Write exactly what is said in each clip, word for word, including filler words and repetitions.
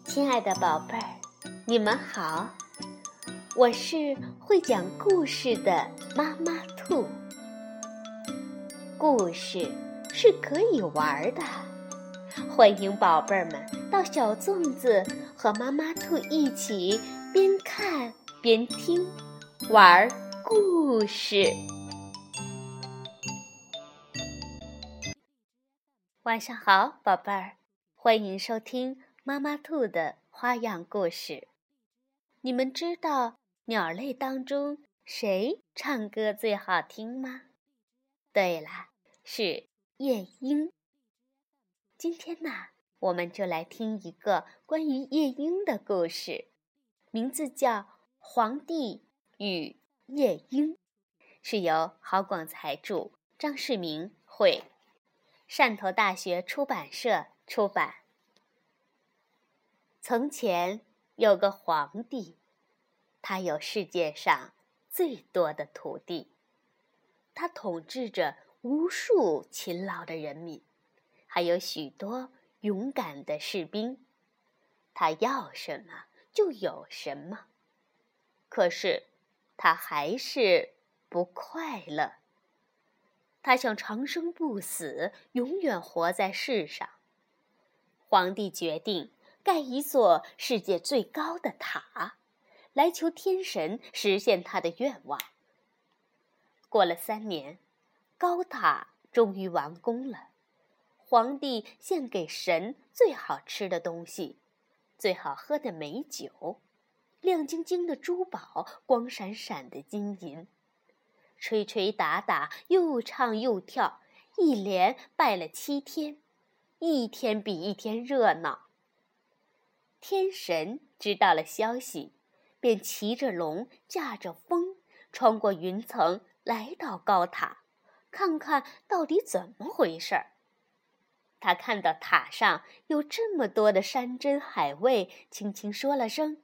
亲爱的宝贝儿，你们好，我是会讲故事的妈妈兔。故事是可以玩的，欢迎宝贝儿们到小粽子和妈妈兔一起边看边听，玩故事。晚上好，宝贝儿，欢迎收听妈妈兔的花样故事。你们知道鸟类当中谁唱歌最好听吗？对了，是夜莺。今天呢，我们就来听一个关于夜莺的故事，名字叫《皇帝与夜莺》，是由郝广才著，张世明绘，汕头大学出版社出版。从前有个皇帝，他有世界上最多的土地，他统治着无数勤劳的人民，还有许多勇敢的士兵。他要什么就有什么，可是他还是不快乐。他想长生不死，永远活在世上。皇帝决定盖一座世界最高的塔，来求天神实现他的愿望。过了三年，高塔终于完工了。皇帝献给神最好吃的东西，最好喝的美酒，亮晶晶的珠宝，光闪闪的金银。吹吹打打，又唱又跳，一连拜了七天，一天比一天热闹。天神知道了消息，便骑着龙，驾着风，穿过云层，来到高塔，看看到底怎么回事儿。他看到塔上有这么多的山珍海味，轻轻说了声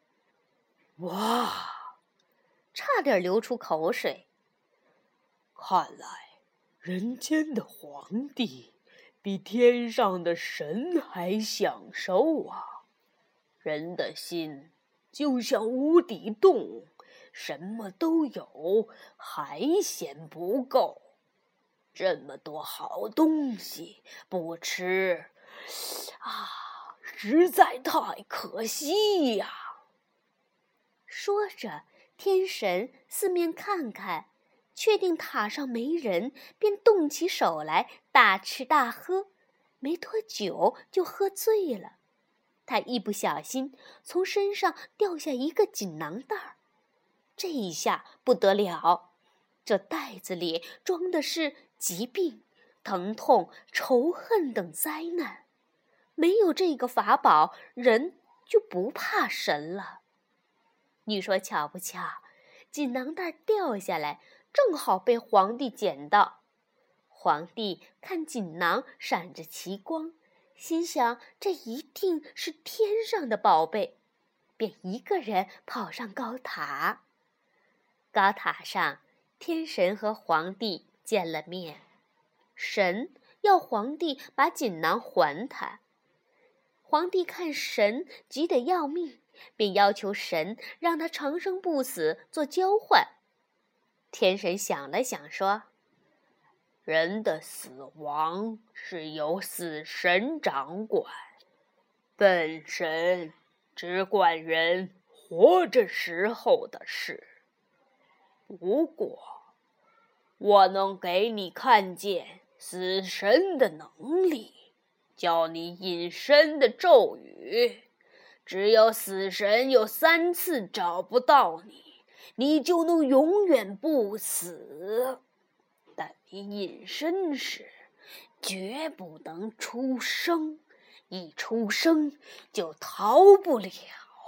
“哇”，差点流出口水。 看来人间的皇帝比天上的神还享受啊！人的心就像无底洞，什么都有，还嫌不够。这么多好东西不吃，啊，实在太可惜呀！ 说着，天神四面看看，确定塔上没人，便动起手来，大吃大喝。没多久就喝醉了。他一不小心从身上掉下一个锦囊袋儿，这一下不得了，这袋子里装的是疾病、疼痛、仇恨等灾难。没有这个法宝，人就不怕神了。你说巧不巧，锦囊袋掉下来，正好被皇帝捡到。皇帝看锦囊闪着奇光，心想这一定是天上的宝贝，便一个人跑上高塔。高塔上，天神和皇帝见了面，神要皇帝把锦囊还他。皇帝看神急得要命，便要求神让他长生不死做交换。天神想了想说， 人的死亡是由死神掌管，本神只管人活着时候的事。不过，我能给你看见死神的能力，叫你隐身的咒语。只有死神有三次找不到你，你就能永远不死。但你隐身时，绝不能出声，一出声就逃不了。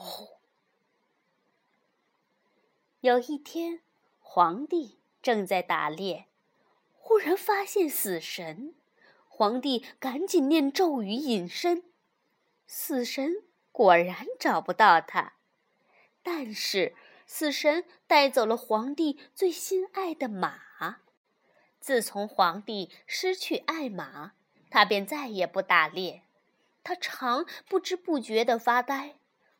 有一天，皇帝正在打猎，忽然发现死神。皇帝赶紧念咒语隐身，死神果然找不到他。但是死神带走了皇帝最心爱的马。自从皇帝失去爱马，他便再也不打猎。他常不知不觉地发呆，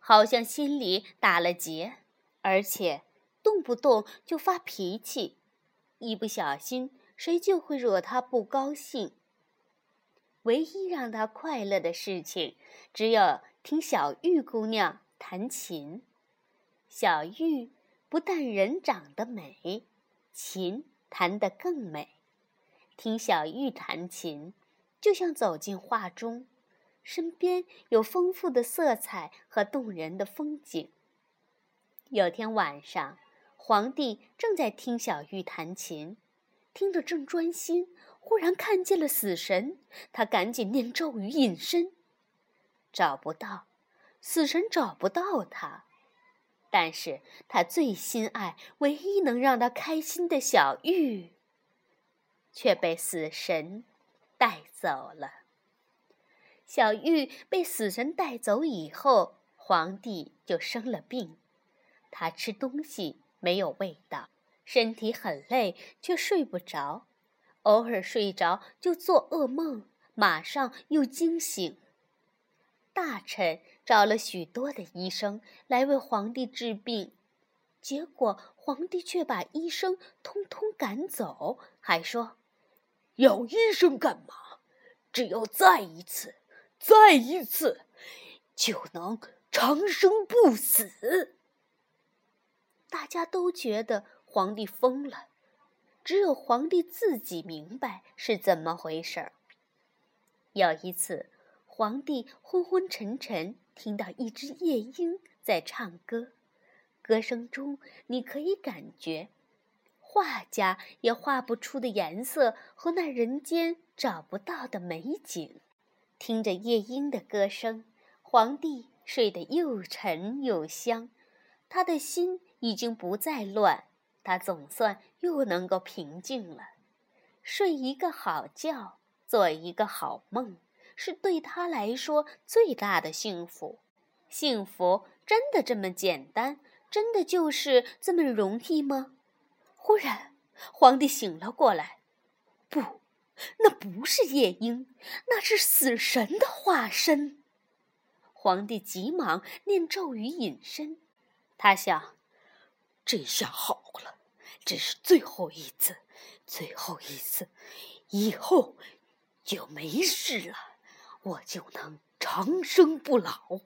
好像心里打了结，而且动不动就发脾气，一不小心谁就会惹他不高兴。唯一让他快乐的事情，只有听小玉姑娘弹琴。小玉不但人长得美，琴弹得更美。听小玉弹琴，就像走进画中，身边有丰富的色彩和动人的风景。有天晚上，皇帝正在听小玉弹琴，听着正专心，忽然看见了死神，他赶紧念咒语隐身。找不到，死神找不到他，但是他最心爱、唯一能让他开心的小玉，却被死神带走了。小玉被死神带走以后，皇帝就生了病。他吃东西没有味道，身体很累，却睡不着，偶尔睡着就做噩梦，马上又惊醒。大臣找了许多的医生来为皇帝治病，结果皇帝却把医生通通赶走，还说： 要医生干嘛？只有再一次，再一次，就能长生不死。 大家都觉得皇帝疯了，只有皇帝自己明白是怎么回事。有一次，皇帝昏昏沉沉，听到一只夜莺在唱歌，歌声中你可以感觉画家也画不出的颜色和那人间找不到的美景。听着夜莺的歌声，皇帝睡得又沉又香，他的心已经不再乱，他总算又能够平静了。睡一个好觉，做一个好梦，是对他来说最大的幸福。幸福真的这么简单？真的就是这么容易吗？忽然，皇帝醒了过来。不，那不是夜莺，那是死神的化身。皇帝急忙念咒语隐身。他想， 这下好了，这是最后一次，最后一次，以后就没事了，我就能长生不老。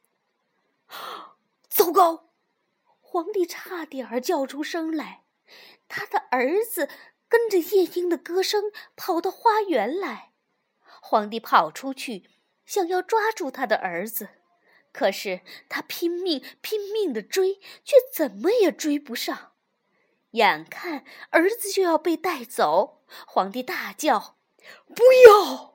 糟糕！ 皇帝差点儿叫出声来。他的儿子跟着夜莺的歌声跑到花园来。皇帝跑出去，想要抓住他的儿子，可是他拼命拼命地追，却怎么也追不上。眼看儿子就要被带走，皇帝大叫： 不要！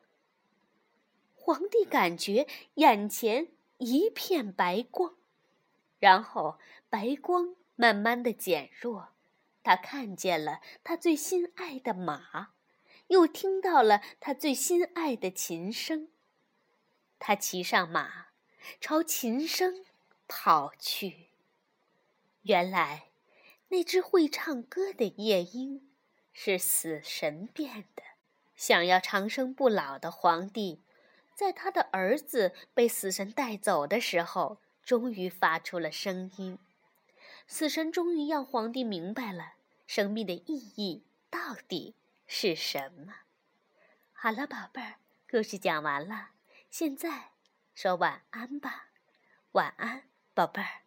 皇帝感觉眼前一片白光，然后白光慢慢地减弱，他看见了他最心爱的马，又听到了他最心爱的琴声。他骑上马，朝琴声跑去。原来那只会唱歌的夜莺是死神变的。想要长生不老的皇帝，在他的儿子被死神带走的时候，终于发出了声音。死神终于让皇帝明白了生命的意义到底是什么。好了，宝贝儿，故事讲完了，现在说晚安吧。晚安，宝贝儿。